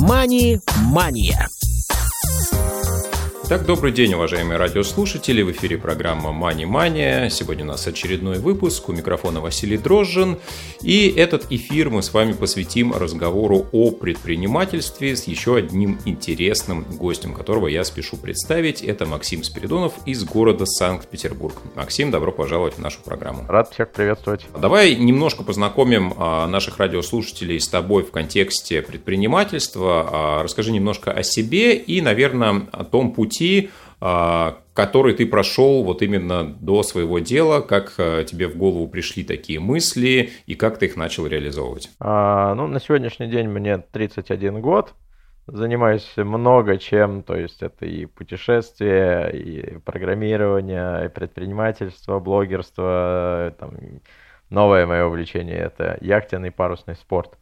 Мани-мания. Так, добрый день, уважаемые радиослушатели. В эфире программа «Мани-мания». Сегодня у нас очередной выпуск. У микрофона Василий Дрожжин. И этот эфир мы с вами посвятим разговору о предпринимательстве с еще одним интересным гостем, которого я спешу представить. Это Максим Спиридонов из города Санкт-Петербург. Максим, добро пожаловать в нашу программу. Рад всех приветствовать. Давай немножко познакомим наших радиослушателей с тобой в контексте предпринимательства. Расскажи немножко о себе и, наверное, о том пути, который ты прошел вот именно до своего дела, как тебе в голову пришли такие мысли и как ты их начал реализовывать? На сегодняшний день мне 31 год, занимаюсь много чем, то есть это и путешествия, и программирование, и предпринимательство, блогерство, новое мое увлечение – это яхтенный парусный спорт.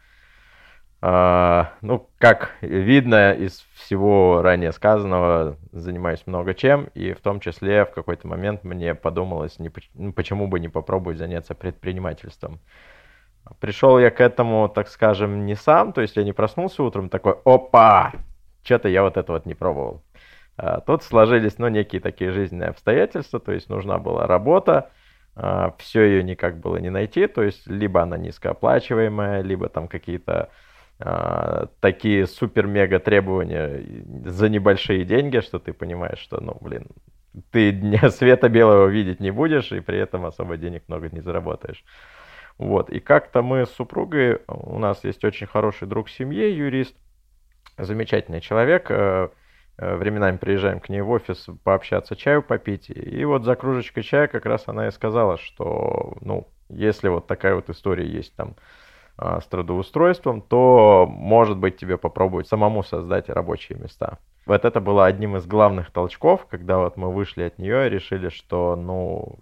Как видно из всего ранее сказанного, занимаюсь много чем, и в том числе в какой-то момент мне подумалось, почему бы не попробовать заняться предпринимательством. Пришел я к этому, так скажем, не сам, то есть я не проснулся утром такой, опа, что-то я вот это вот не пробовал. Тут сложились, некие такие жизненные обстоятельства, то есть нужна была работа, все ее никак было не найти, то есть либо она низкооплачиваемая, либо там какие-то такие супер-мега требования за небольшие деньги, что ты понимаешь, что, ты дня света белого видеть не будешь, и при этом особо денег много не заработаешь. Вот, и как-то мы с супругой, у нас есть очень хороший друг в семье, юрист, замечательный человек, временами приезжаем к ней в офис пообщаться, чаю попить, и вот за кружечкой чая как раз она и сказала, что, если вот такая вот история есть там, с трудоустройством, то, может быть, тебе попробовать самому создать рабочие места. Вот это было одним из главных толчков, когда вот мы вышли от нее и решили, что,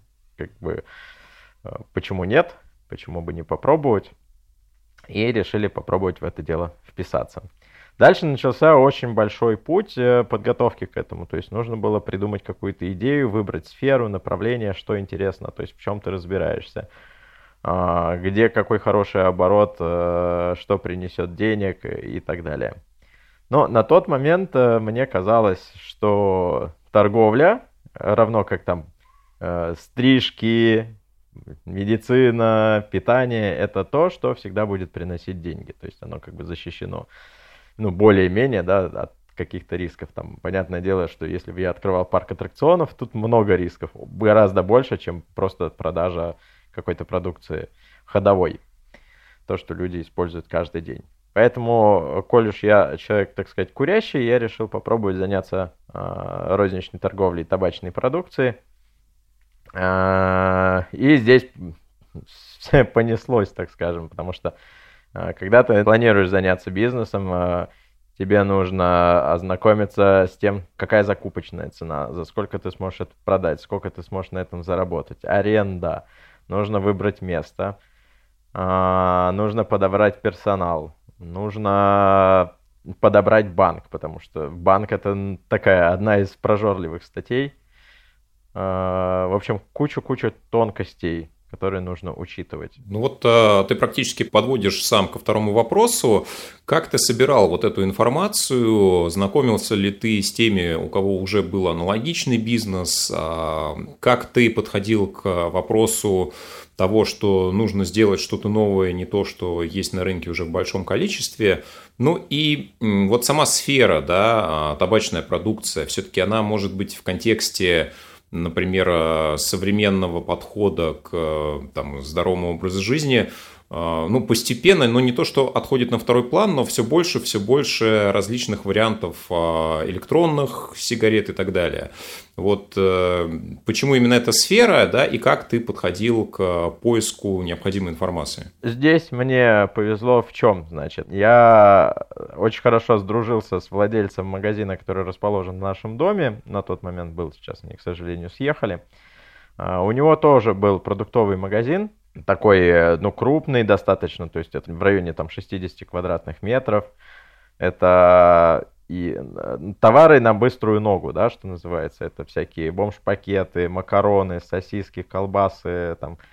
почему нет, почему бы не попробовать, и решили попробовать в это дело вписаться. Дальше начался очень большой путь подготовки к этому, то есть нужно было придумать какую-то идею, выбрать сферу, направление, что интересно, то есть в чем ты разбираешься. Где какой хороший оборот, что принесет денег и так далее. Но на тот момент мне казалось, что торговля, равно как там стрижки, медицина, питание, это то, что всегда будет приносить деньги. То есть оно защищено, более-менее, от каких-то рисков. Там, понятное дело, что если бы я открывал парк аттракционов, тут много рисков, гораздо больше, чем просто продажа какой-то продукции ходовой, то, что люди используют каждый день. Поэтому, коль уж я человек, так сказать, курящий, я решил попробовать заняться розничной торговлей табачной продукцией. И здесь все понеслось, так скажем, потому что когда ты планируешь заняться бизнесом, тебе нужно ознакомиться с тем, какая закупочная цена, за сколько ты сможешь это продать, сколько ты сможешь на этом заработать, аренда. Нужно выбрать место, нужно подобрать персонал, нужно подобрать банк, потому что банк – это такая одна из прожорливых статей. В общем, кучу тонкостей, которые нужно учитывать. Ты практически подводишь сам ко второму вопросу. Как ты собирал вот эту информацию? Знакомился ли ты с теми, у кого уже был аналогичный бизнес? Как ты подходил к вопросу того, что нужно сделать что-то новое, не то, что есть на рынке уже в большом количестве? И вот сама сфера, табачная продукция, все-таки она может быть в контексте, например, современного подхода к здоровому образу жизни, постепенно, но не то, что отходит на второй план, но все больше различных вариантов электронных сигарет и так далее. Почему именно эта сфера, и как ты подходил к поиску необходимой информации? Здесь мне повезло в чем, я очень хорошо сдружился с владельцем магазина, который расположен в нашем доме, на тот момент был, сейчас они, к сожалению, съехали. У него тоже был продуктовый магазин, такой, крупный достаточно, то есть это в районе 60 квадратных метров. Это и товары на быструю ногу, что называется. Это всякие бомж-пакеты, макароны, сосиски, колбасы,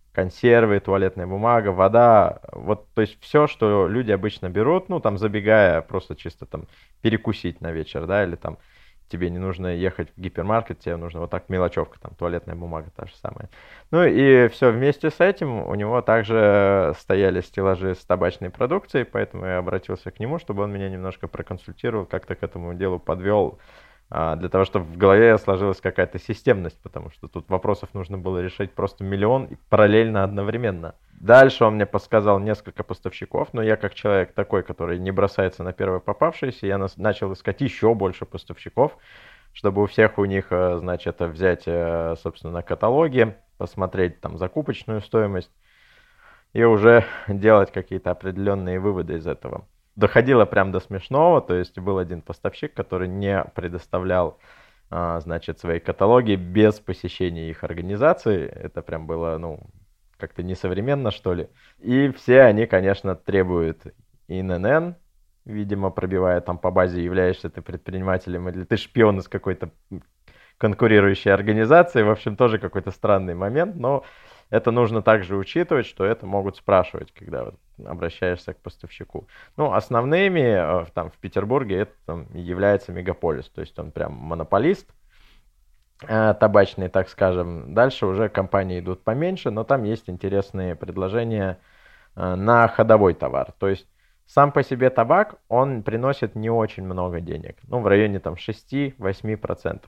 консервы, туалетная бумага, вода, вот, то есть все, что люди обычно берут, ну, там, забегая, просто чисто там перекусить на вечер, да, или там тебе не нужно ехать в гипермаркет, тебе нужно вот так мелочевка, там, туалетная бумага та же самая. Ну, и все вместе с этим у него также стояли стеллажи с табачной продукцией, поэтому я обратился к нему, чтобы он меня немножко проконсультировал, как-то к этому делу подвел, для того, чтобы в голове сложилась какая-то системность, потому что тут вопросов нужно было решить просто миллион и параллельно одновременно. Дальше он мне подсказал несколько поставщиков, но я как человек такой, который не бросается на первое попавшееся, я начал искать еще больше поставщиков, чтобы у всех у них, значит, взять, собственно, каталоги, посмотреть там закупочную стоимость и уже делать какие-то определенные выводы из этого. Доходило прям до смешного, то есть был один поставщик, который не предоставлял, значит, свои каталоги без посещения их организации. Это прям было, ну, как-то несовременно, что ли. И все они, конечно, требуют ИНН, видимо, пробивая там по базе, являешься ты предпринимателем или ты шпион из какой-то конкурирующей организации. В общем, тоже какой-то странный момент, но это нужно также учитывать, что это могут спрашивать, когда вот обращаешься к поставщику. Ну, основными там в Петербурге это там является Мегаполис, то есть он прям монополист табачный, так скажем. Дальше уже компании идут поменьше, но там есть интересные предложения на ходовой товар. То есть сам по себе табак, он приносит не очень много денег, ну, в районе там 6-8%.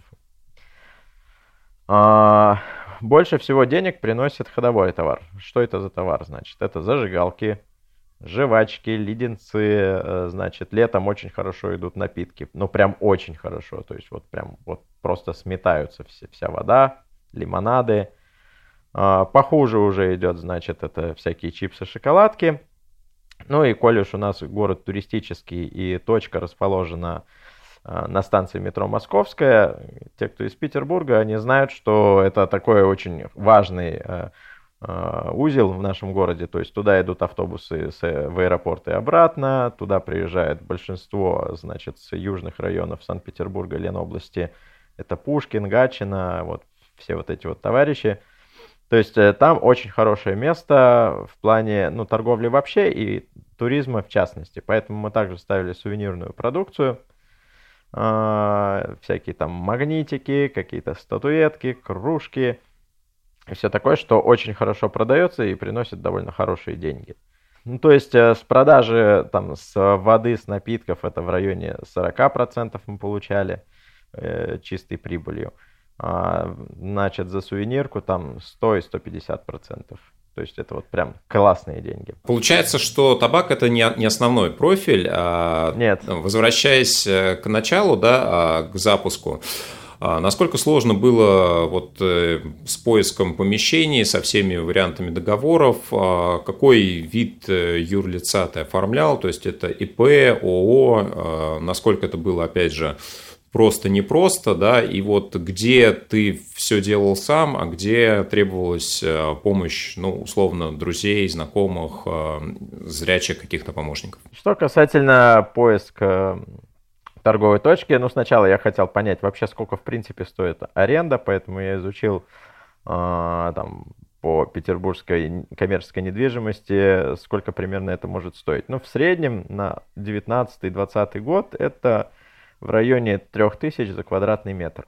Больше всего денег приносит ходовой товар. Что это за товар, значит? Это зажигалки, жвачки, леденцы, значит, летом очень хорошо идут напитки, ну, прям очень хорошо, то есть вот прям вот просто сметаются вся вода, лимонады. Похуже уже идет, значит, это всякие чипсы, шоколадки. Ну и коль уж у нас город туристический и точка расположена на станции метро Московская, те, кто из Петербурга, они знают, что это такой очень важный узел в нашем городе, то есть туда идут автобусы в аэропорт и обратно, туда приезжает большинство, значит, с южных районов Санкт-Петербурга, Ленобласти, это Пушкин, Гатчина, вот все вот эти вот товарищи. То есть там очень хорошее место в плане, ну, торговли вообще и туризма в частности, поэтому мы также ставили сувенирную продукцию, всякие там магнитики, какие-то статуэтки, кружки, и все такое, что очень хорошо продается и приносит довольно хорошие деньги. Ну, то есть с продажи там, с воды, с напитков это в районе 40% мы получали чистой прибылью. Значит, за сувенирку там 100 и 150%. То есть это вот прям классные деньги. Получается, что табак это не основной профиль. Нет. Возвращаясь к началу, да, к запуску, насколько сложно было вот с поиском помещений, со всеми вариантами договоров, какой вид юрлица ты оформлял, то есть это ИП, ООО, насколько это было, опять же, просто-непросто, да, и вот где ты все делал сам, а где требовалась помощь, ну, условно, друзей, знакомых, зрячих каких-то помощников. Что касательно поиска торговой точки, ну, сначала я хотел понять вообще, сколько, в принципе, стоит аренда, поэтому я изучил там по петербургской коммерческой недвижимости, сколько примерно это может стоить. Ну, в среднем на 19-20 год это в районе 3000 за квадратный метр.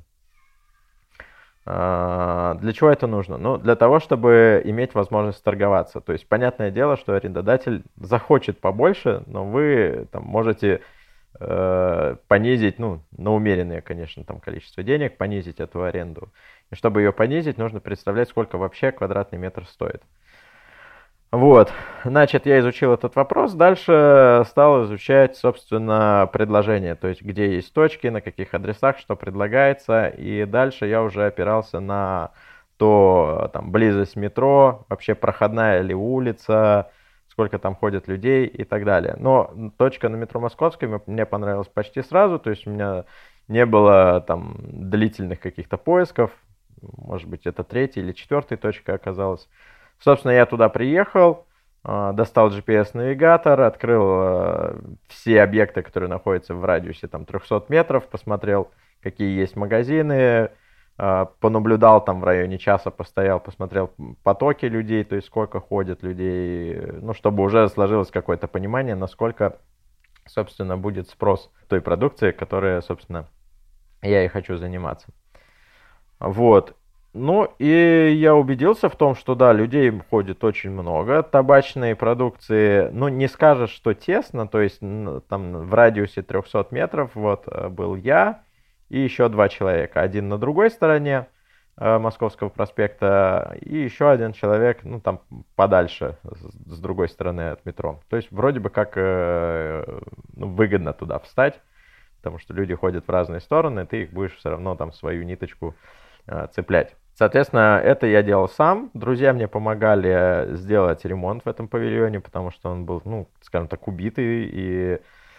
Для чего это нужно? Ну, для того, чтобы иметь возможность торговаться. То есть, понятное дело, что арендодатель захочет побольше, но вы там можете понизить, ну, на умеренное, конечно, там количество денег, понизить эту аренду. И чтобы ее понизить, нужно представлять, сколько вообще квадратный метр стоит. Вот, значит, я изучил этот вопрос, дальше стал изучать, собственно, предложения, то есть где есть точки, на каких адресах, что предлагается, и дальше я уже опирался на то, там, близость метро, вообще проходная ли улица, сколько там ходят людей и так далее. Но точка на метро Московской мне понравилась почти сразу, то есть у меня не было там длительных каких-то поисков, может быть, это 3-я или 4-я точка оказалась. Собственно, я туда приехал, достал GPS-навигатор, открыл все объекты, которые находятся в радиусе там, 300 метров, посмотрел, какие есть магазины, Понаблюдал там в районе часа, постоял, посмотрел потоки людей, то есть сколько ходит людей, ну, чтобы уже сложилось какое-то понимание, насколько, собственно, будет спрос той продукции, которая, собственно, я и хочу заниматься. Вот. Ну, и я убедился в том, что, да, людей ходит очень много, табачной продукции, ну, не скажешь, что тесно, то есть там в радиусе 300 метров, вот, был я, и еще 2 человека. Один на другой стороне Московского проспекта, и еще один человек, ну, там подальше, с другой стороны от метро. То есть вроде бы как выгодно туда встать, потому что люди ходят в разные стороны, ты их будешь все равно там свою ниточку цеплять. Соответственно, это я делал сам. Друзья мне помогали сделать ремонт в этом павильоне, потому что он был, ну, скажем так, убитый, и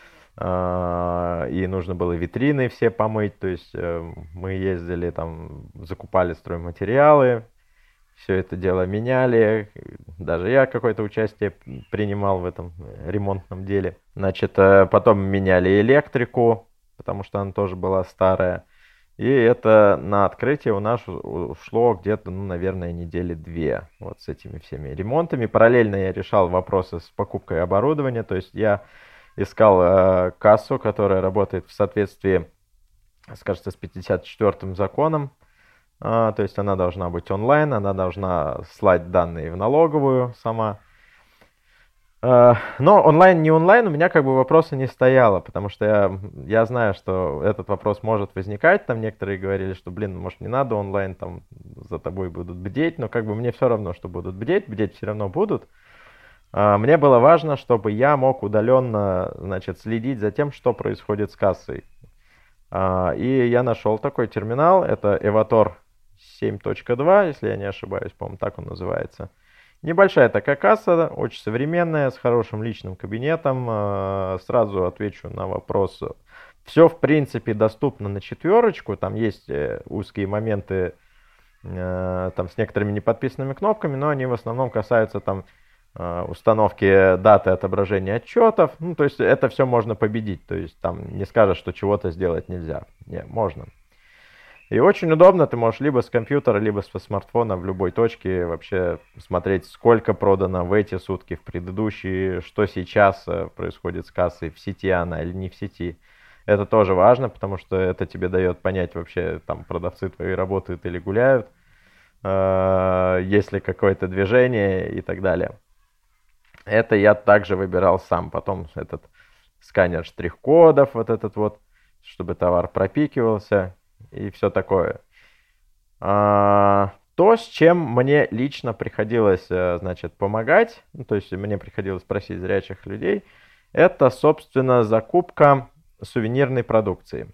нужно было витрины все помыть, то есть мы ездили там, закупали стройматериалы, все это дело меняли, даже я какое-то участие принимал в этом ремонтном деле. Значит, потом меняли электрику, потому что она тоже была старая, и это на открытие у нас ушло где-то, ну, наверное, недели 2 вот с этими всеми ремонтами. Параллельно я решал вопросы с покупкой оборудования, то есть я искал кассу, которая работает в соответствии, скажется, с 54-м законом. То есть она должна быть онлайн, она должна слать данные в налоговую сама. Но онлайн, не онлайн, у меня как бы вопроса не стояло, потому что я знаю, что этот вопрос может возникать. Там некоторые говорили, что, блин, может, не надо онлайн, там за тобой будут бдеть, но как бы мне все равно, что будут бдеть все равно будут. Мне было важно, чтобы я мог удаленно, значит, следить за тем, что происходит с кассой. И я нашел такой терминал, это Evator 7.2, если я не ошибаюсь, по-моему, так он называется. Небольшая такая касса, очень современная, с хорошим личным кабинетом. Сразу отвечу на вопрос. Все, в принципе, доступно на 4, там есть узкие моменты там, с некоторыми неподписанными кнопками, но они в основном касаются там установки даты отображения отчетов. Ну, то есть это все можно победить. То есть там не скажешь, что чего-то сделать нельзя. Не, можно. И очень удобно, ты можешь либо с компьютера, либо со смартфона в любой точке вообще смотреть, сколько продано в эти сутки, в предыдущие, что сейчас происходит с кассой, в сети она или не в сети. Это тоже важно, потому что это тебе дает понять вообще, там продавцы твои работают или гуляют, есть ли какое-то движение и так далее. Это я также выбирал сам. Потом этот сканер штрих-кодов, вот этот вот, чтобы товар пропикивался и все такое. То, с чем мне лично приходилось, значит, помогать, ну, то есть мне приходилось просить зрячих людей, это, собственно, закупка сувенирной продукции.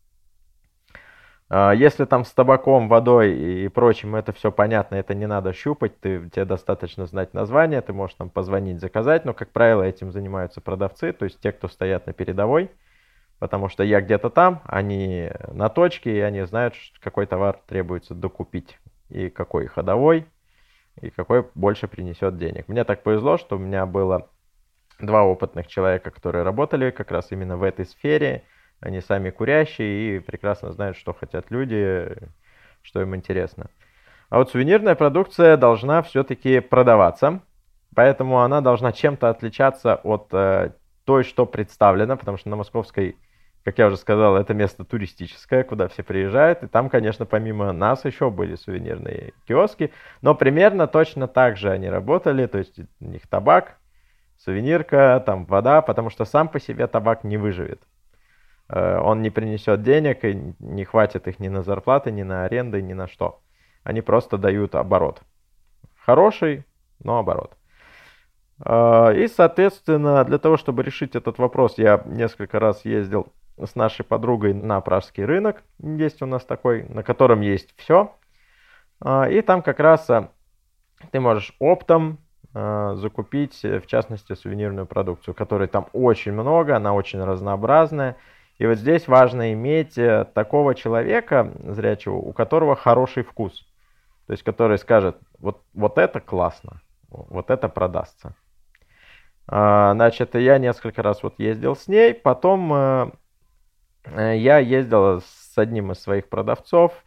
Если там с табаком, водой и прочим, это все понятно, это не надо щупать, тебе достаточно знать название, ты можешь там позвонить, заказать, но, как правило, этим занимаются продавцы, то есть те, кто стоят на передовой, потому что я где-то там, они на точке, и они знают, какой товар требуется докупить, и какой ходовой, и какой больше принесет денег. Мне так повезло, что у меня было 2 опытных человека, которые работали как раз именно в этой сфере. Они сами курящие и прекрасно знают, что хотят люди, что им интересно. А вот сувенирная продукция должна все-таки продаваться, поэтому она должна чем-то отличаться от той, что представлено, потому что на Московской, как я уже сказал, это место туристическое, куда все приезжают, и там, конечно, помимо нас еще были сувенирные киоски, но примерно точно так же они работали, то есть у них табак, сувенирка, там вода, потому что сам по себе табак не выживет. Он не принесет денег, и не хватит их ни на зарплаты, ни на аренды, ни на что. Они просто дают оборот. Хороший, но оборот. И, соответственно, для того, чтобы решить этот вопрос, я несколько раз ездил с нашей подругой на Пражский рынок. Есть у нас такой, на котором есть все. И там как раз ты можешь оптом закупить, в частности, сувенирную продукцию, которой там очень много, она очень разнообразная. И вот здесь важно иметь такого человека зрячего, у которого хороший вкус. То есть, который скажет, вот это классно, вот это продастся. Значит, я несколько раз вот ездил с ней, потом я ездил с одним из своих продавцов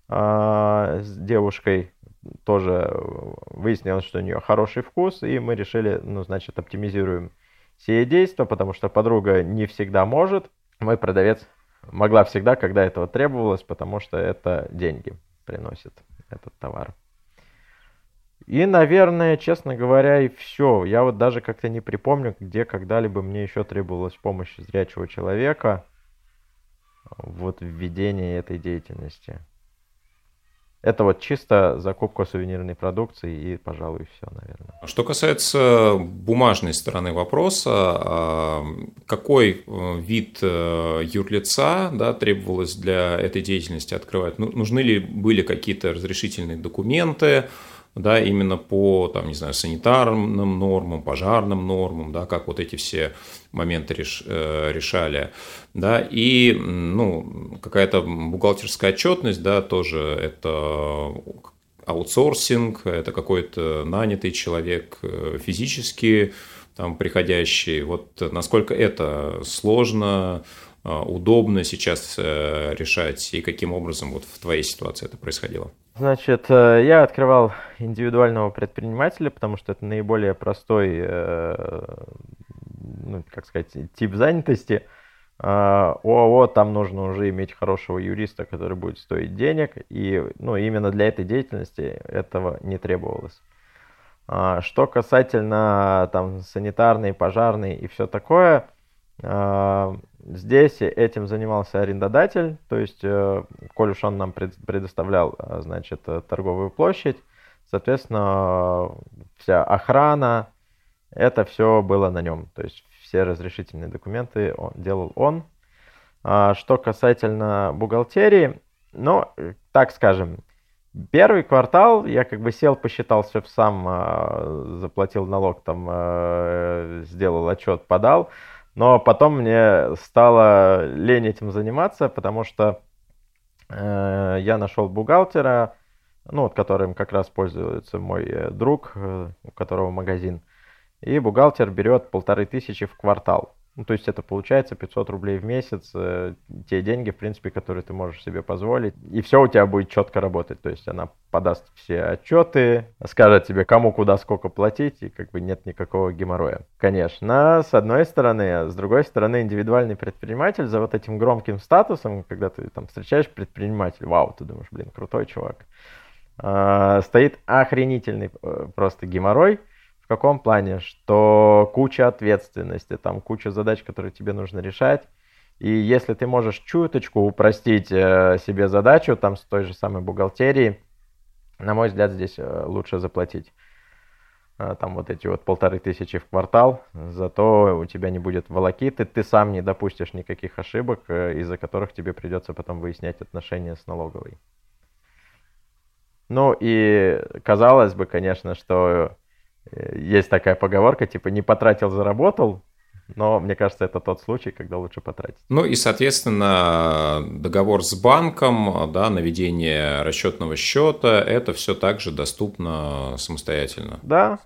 с девушкой. Тоже выяснилось, что у нее хороший вкус, и мы решили, значит, оптимизируем сие действо, потому что подруга не всегда может. Мой продавец могла всегда, когда этого требовалось, потому что это деньги приносит этот товар. И, наверное, честно говоря, и все. Я вот даже как-то не припомню, где когда-либо мне еще требовалась помощь зрячего человека вот в ведении этой деятельности. Это вот чисто закупка сувенирной продукции и, пожалуй, все, наверное. Что касается бумажной стороны вопроса, какой вид юрлица, да, требовалось для этой деятельности открывать? Нужны ли были какие-то разрешительные документы, да, именно по, там, не знаю, санитарным нормам, пожарным нормам, да, как вот эти все моменты решали, да, и, какая-то бухгалтерская отчетность, да, тоже это аутсорсинг, это какой-то нанятый человек физически там приходящий, вот насколько это сложно, удобно сейчас решать и каким образом вот в твоей ситуации это происходило? Значит, я открывал индивидуального предпринимателя, потому что это наиболее простой, тип занятости. ОАО, там нужно уже иметь хорошего юриста, который будет стоить денег, и именно для этой деятельности этого не требовалось. Что касательно там санитарной, пожарной и все такое, здесь этим занимался арендодатель, то есть, коль уж он нам предоставлял, значит, торговую площадь, соответственно, вся охрана, это все было на нем, то есть все разрешительные документы делал он. Что касательно бухгалтерии, так скажем, первый квартал я как бы сел, посчитал все сам, заплатил налог, там, сделал отчет, подал. Но потом мне стало лень этим заниматься, потому что я нашел бухгалтера, которым как раз пользуется мой друг, у которого магазин. И бухгалтер берет 1500 в квартал. То есть это получается 500 рублей в месяц, те деньги, в принципе, которые ты можешь себе позволить. И все у тебя будет четко работать. То есть она подаст все отчеты, скажет тебе, кому, куда, сколько платить, и как бы нет никакого геморроя. Конечно, с одной стороны. С другой стороны, индивидуальный предприниматель за вот этим громким статусом, когда ты там встречаешь предпринимателя, вау, ты думаешь, блин, крутой чувак, стоит охренительный просто геморрой. В каком плане? Что куча ответственности, там куча задач, которые тебе нужно решать. И если ты можешь чуточку упростить себе задачу, там с той же самой бухгалтерии, на мой взгляд, здесь лучше заплатить. Там вот эти вот 1500 в квартал, зато у тебя не будет волокиты, ты сам не допустишь никаких ошибок, из-за которых тебе придется потом выяснять отношения с налоговой. И казалось бы, конечно, что есть такая поговорка, типа не потратил, заработал, но мне кажется, это тот случай, когда лучше потратить. И, соответственно, договор с банком, да, наведение расчетного счета, это все также доступно самостоятельно. Да.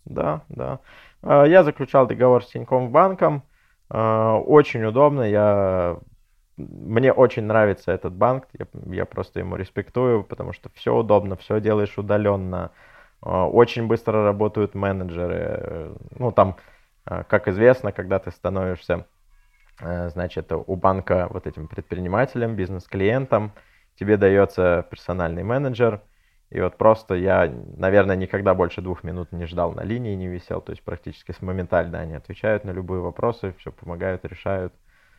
Я заключал договор с Тинькофф банком, очень удобно, мне очень нравится этот банк, я просто ему респектую, потому что все удобно, все делаешь удаленно. Очень быстро работают менеджеры. Там, как известно, когда ты становишься, значит, у банка вот этим предпринимателем, бизнес-клиентом, тебе дается персональный менеджер. И вот просто я, наверное, никогда больше 2 минут не ждал на линии, не висел. То есть практически моментально они отвечают на любые вопросы, все помогают, решают.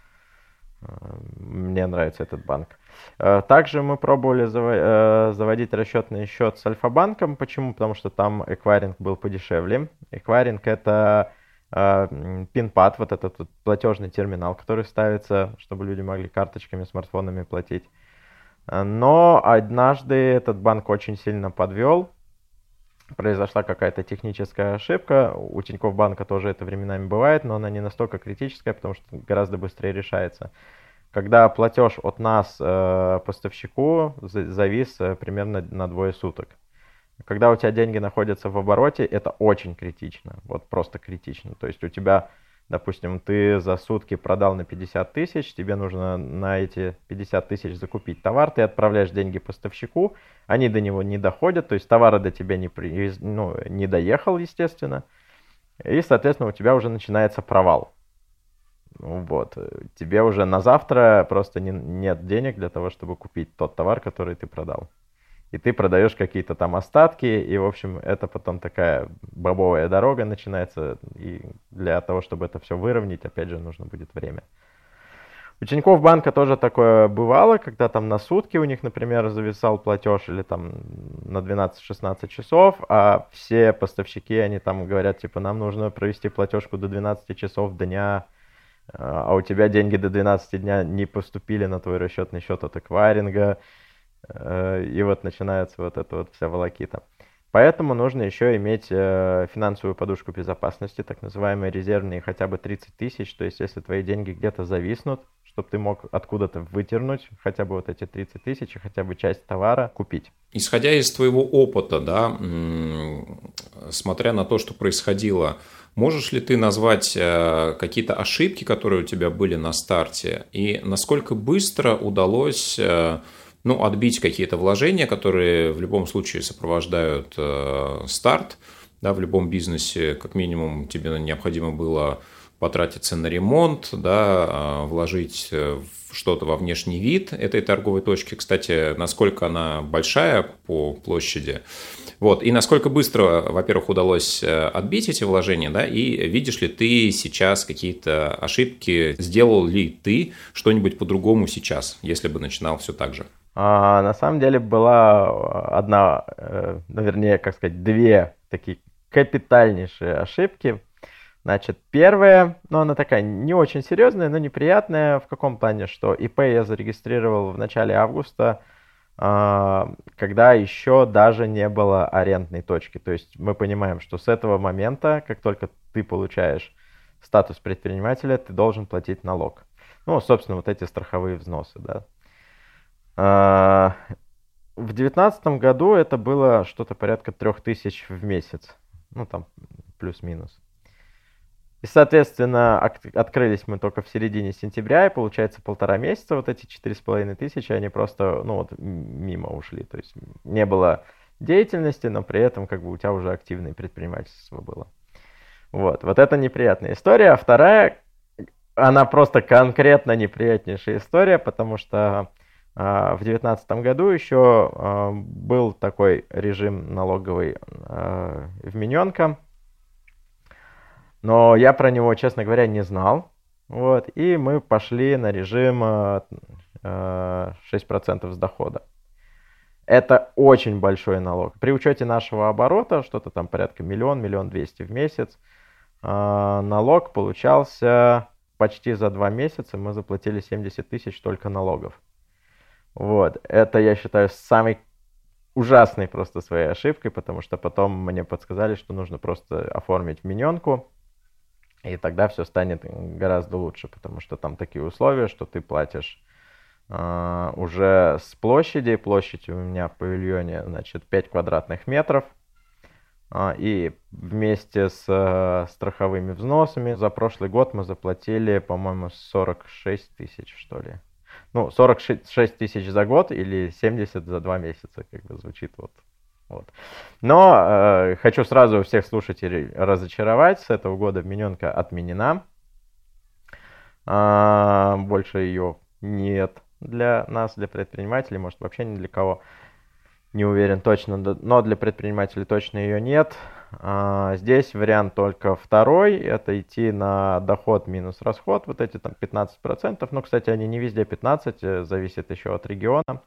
Мне нравится этот банк. Также мы пробовали заводить расчетный счет с Альфа-банком. Почему? Потому что там эквайринг был подешевле. Эквайринг — это пин-пад, вот этот вот платежный терминал, который ставится, чтобы люди могли карточками, смартфонами платить. Но однажды этот банк очень сильно подвел. Произошла какая-то техническая ошибка. У Тинькофф банка тоже это временами бывает, но она не настолько критическая, потому что гораздо быстрее решается. Когда платеж от нас поставщику завис примерно на 2 суток. Когда у тебя деньги находятся в обороте, это очень критично, вот просто критично. То есть у тебя Допустим, ты за сутки продал на 50 тысяч, тебе нужно на эти 50 тысяч закупить товар, ты отправляешь деньги поставщику, они до него не доходят, то есть товар до тебя не доехал, естественно, и, соответственно, у тебя уже начинается провал. Вот. Тебе уже на завтра просто нет денег для того, чтобы купить тот товар, который ты продал. И ты продаешь какие-то там остатки, и, в общем, это потом такая бобовая дорога начинается, и для того, чтобы это все выровнять, опять же, нужно будет время. У Тинькофф банка тоже такое бывало, когда там на сутки у них, например, зависал платеж или там на 12-16 часов, а все поставщики, они там говорят, типа, нам нужно провести платежку до 12 часов дня, а у тебя деньги до 12 дня не поступили на твой расчетный счет от эквайринга, и вот начинается вот эта вот вся волокита. Поэтому нужно еще иметь финансовую подушку безопасности, так называемые резервные, хотя бы 30 тысяч, то есть если твои деньги где-то зависнут, чтобы ты мог откуда-то вытернуть хотя бы вот эти 30 тысяч и хотя бы часть товара купить. Исходя из твоего опыта, да, смотря на то, что происходило, можешь ли ты назвать какие-то ошибки, которые у тебя были на старте, и насколько быстро удалось отбить какие-то вложения, которые в любом случае сопровождают старт, да, в любом бизнесе, как минимум тебе необходимо было потратиться на ремонт, да, вложить что-то во внешний вид этой торговой точки, кстати, насколько она большая по площади, вот, и насколько быстро, во-первых, удалось отбить эти вложения, да, и видишь ли ты сейчас какие-то ошибки, сделал ли ты что-нибудь по-другому сейчас, если бы начинал все так же? На самом деле была две такие капитальнейшие ошибки. Значит, первая, она такая не очень серьезная, но неприятная в каком плане, что ИП я зарегистрировал в начале августа, когда еще даже не было арендной точки. То есть мы понимаем, что с этого момента, как только ты получаешь статус предпринимателя, ты должен платить налог. Собственно, вот эти страховые взносы, да. В 2019 году это было что-то порядка 3000 в месяц, там плюс-минус. И, соответственно, открылись мы только в середине сентября, и получается 1,5 месяца вот эти 4500, они просто, мимо ушли. То есть не было деятельности, но при этом у тебя уже активное предпринимательство было. Вот это неприятная история. А вторая, она просто конкретно неприятнейшая история, потому что в 2019 году еще был такой режим налоговый вмененка, но я про него, честно говоря, не знал. И мы пошли на режим 6% с дохода. Это очень большой налог. При учете нашего оборота, что-то там порядка 1 200 000 в месяц, налог получался почти за 2 месяца. Мы заплатили 70 тысяч только налогов. Это, я считаю, самой ужасной просто своей ошибкой, потому что потом мне подсказали, что нужно просто оформить вмененку, и тогда все станет гораздо лучше, потому что там такие условия, что ты платишь уже с площади. Площадь у меня в павильоне, 5 квадратных метров, и вместе с страховыми взносами за прошлый год мы заплатили, по-моему, 46 тысяч, что ли. 46 тысяч за год или 70 за 2 месяца, звучит Но хочу сразу всех слушателей разочаровать. С этого года вмененка отменена. Больше ее нет для нас, для предпринимателей, может вообще ни для кого. Не уверен точно, но для предпринимателей точно ее нет. Здесь вариант только второй, это идти на доход минус расход, вот эти там 15%. Кстати, они не везде 15%, зависит еще от региона.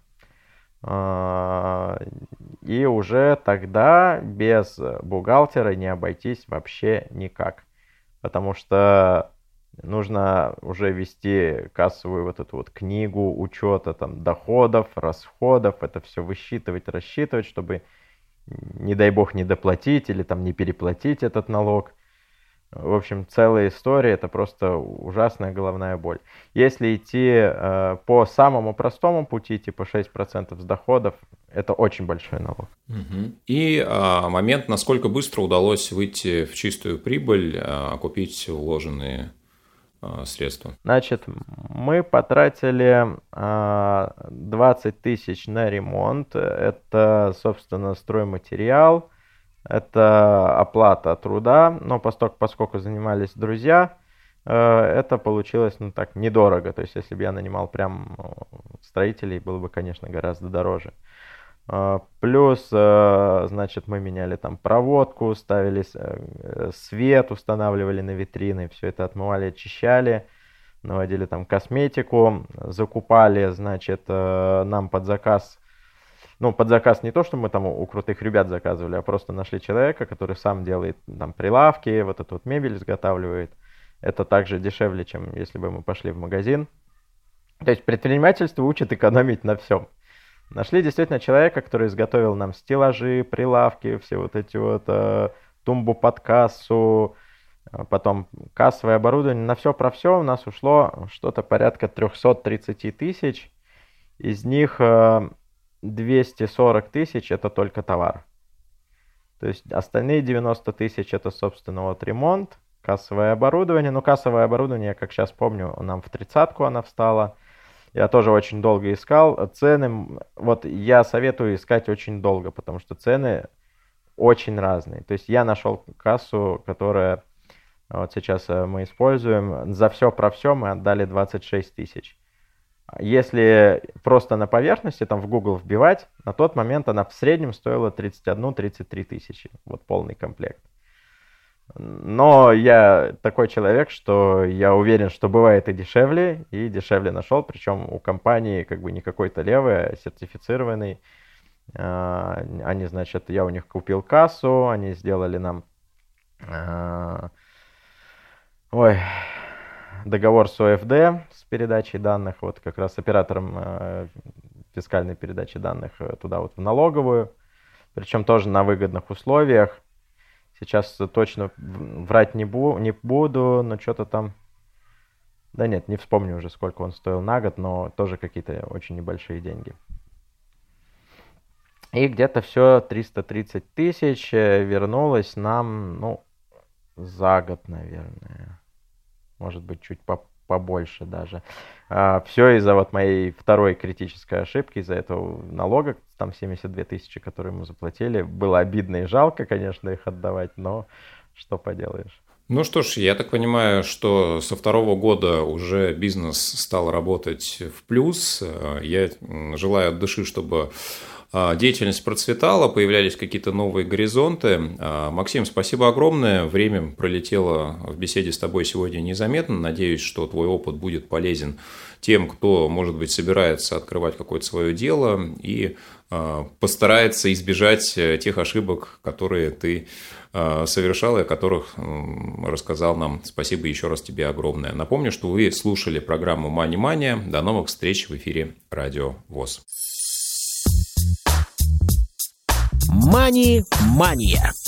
И уже тогда без бухгалтера не обойтись вообще никак, потому что нужно уже вести кассовую вот эту книгу учета доходов, расходов, это все высчитывать, рассчитывать, чтобы, не дай бог, не доплатить или не переплатить этот налог. В общем, целая история, это просто ужасная головная боль. Если идти по самому простому пути, типа 6% с доходов, это очень большой налог. И момент, насколько быстро удалось выйти в чистую прибыль, окупить вложенные средства. Значит, мы потратили 20 тысяч на ремонт. Это, собственно, стройматериал, это оплата труда. Но поскольку занимались друзья, это получилось, ну так, недорого. То есть, если бы я нанимал прям строителей, было бы, конечно, гораздо дороже. Плюс, значит, мы меняли там проводку, ставили свет, устанавливали на витрины, все это отмывали, очищали, наводили там косметику, закупали, значит, нам под заказ. Ну, под заказ не то, что мы там у крутых ребят заказывали, а просто нашли человека, который сам делает там прилавки, вот эту вот мебель изготавливает. Это также дешевле, чем если бы мы пошли в магазин. То есть предпринимательство учит экономить на всем. Нашли действительно человека, который изготовил нам стеллажи, прилавки, все вот эти вот тумбу под кассу, потом кассовое оборудование. На все про все у нас ушло что-то порядка 330 тысяч. Из них 240 тысяч это только товар. То есть остальные 90 тысяч это, собственно, вот ремонт, кассовое оборудование. Но кассовое оборудование, как сейчас помню, нам в 30-ку она встала. Я тоже очень долго искал. Цены, вот я советую искать очень долго, потому что цены очень разные. То есть я нашел кассу, которая вот сейчас мы используем. За все про все мы отдали 26 тысяч. Если просто на поверхности, там в Google вбивать, на тот момент она в среднем стоила 31-33 тысячи. Вот полный комплект. Но я такой человек, что я уверен, что бывает и дешевле нашел, причем у компании как бы не какой-то левый, а сертифицированный. Они, значит, я у них купил кассу, они сделали нам договор с ОФД, с передачей данных, вот как раз оператором фискальной передачи данных туда вот в налоговую, причем тоже на выгодных условиях. Сейчас точно врать не буду, но что-то там... Да нет, не вспомню уже, сколько он стоил на год, но тоже какие-то очень небольшие деньги. И где-то все 330 тысяч вернулось нам, ну, за год, наверное. Может быть, чуть побольше даже. Все из-за вот моей второй критической ошибки, из-за этого налога, там 72 тысячи, которые мы заплатили. Было обидно и жалко, конечно, их отдавать, но что поделаешь. Ну что ж, я так понимаю, что со второго года уже бизнес стал работать в плюс. Я желаю от души, чтобы деятельность процветала, появлялись какие-то новые горизонты. Максим, спасибо огромное. Время пролетело в беседе с тобой сегодня незаметно. Надеюсь, что твой опыт будет полезен тем, кто, может быть, собирается открывать какое-то свое дело и постарается избежать тех ошибок, которые ты совершал и о которых рассказал нам. Спасибо еще раз тебе огромное. Напомню, что вы слушали программу Money Mania. До новых встреч в эфире Радио ВОС. Money Mania.